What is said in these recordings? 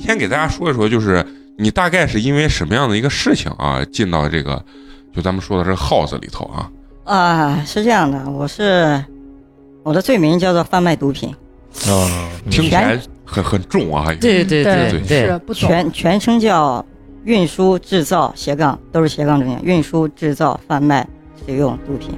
先给大家说一说，就是你大概是因为什么样的一个事情啊，进到这个就咱们说的这个 house 里头啊？ 是这样的，我的罪名叫做贩卖毒品。 听起来很重啊。 对， 是不懂。 全称叫运输制造斜杠，都是斜杠中间，运输制造贩卖使用毒品。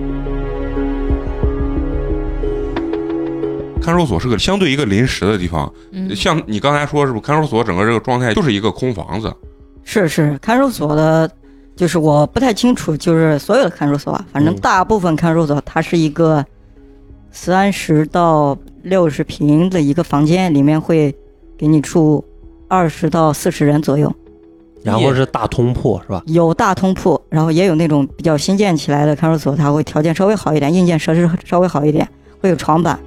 看守所是个相对一个临时的地方，像你刚才说是不是？看守所整个这个状态就是一个空房子。是看守所的，就是我不太清楚，就是所有的看守所啊，反正大部分看守所它是一个30到60平的一个房间，里面会给你住20到40人左右。 然后是大通铺是吧？ 有大通铺，然后也有那种比较新建起来的看守所，它会条件稍微好一点，硬件设施稍微好一点，会有床板。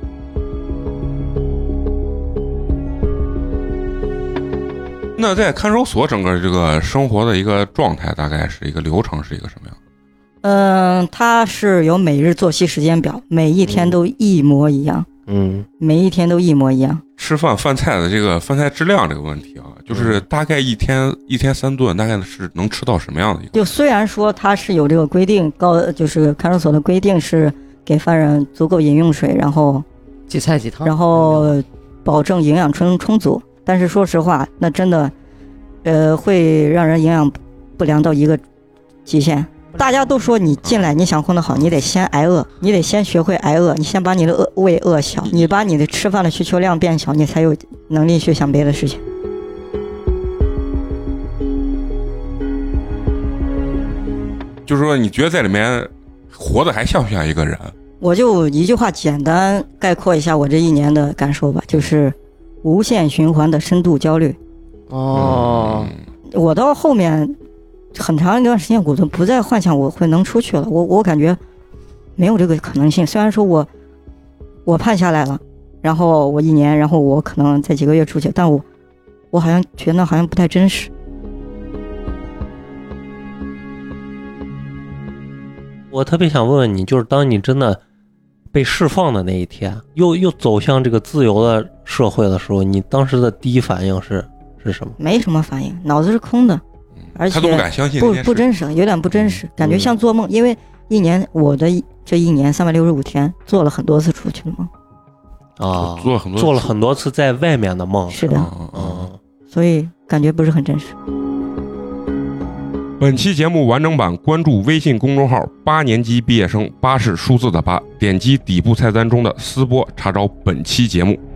那在看守所整个这个生活的一个状态，大概是一个流程是一个什么样？ 它是有每日作息时间表，每一天都一模一样。每一天都一模一样。 吃饭菜的这个饭菜质量这个问题啊，就是大概一天3顿，大概是能吃到什么样的一个？ 就虽然说它是有这个规定，就是看守所的规定是给犯人足够饮用水，然后几菜几汤， 然后保证营养充足，但是说实话，那真的会让人营养不良到一个极限。大家都说你进来你想混得好，你得先挨饿，你得先学会挨饿，你先把你的胃饿小，你把你的吃饭的需求量变小，你才有能力去想别的事情。 就是说你觉得在里面活得还像不像一个人？ 我就一句话简单概括一下我这1年的感受吧，就是无限循环的深度焦虑。我到后面很长一段时间我都不再幻想我会能出去了，我感觉没有这个可能性。虽然说我判下来了，然后我1年，然后我可能在几个月出去，但我好像觉得好像不太真实。 我特别想问问你，就是当你真的被释放的那一天，又走向这个自由的社会的时候，你当时的第一反应是什么？ 没什么反应，脑子是空的。而且他都不敢相信不真实，有点不真实，感觉像做梦。因为我的这1年365天做了很多次出去的梦做了很多次在外面的梦。 是的，所以感觉不是很真实。 本期节目完整版关注微信公众号8年级毕业生，8是数字的8，点击底部菜单中的私播查找本期节目。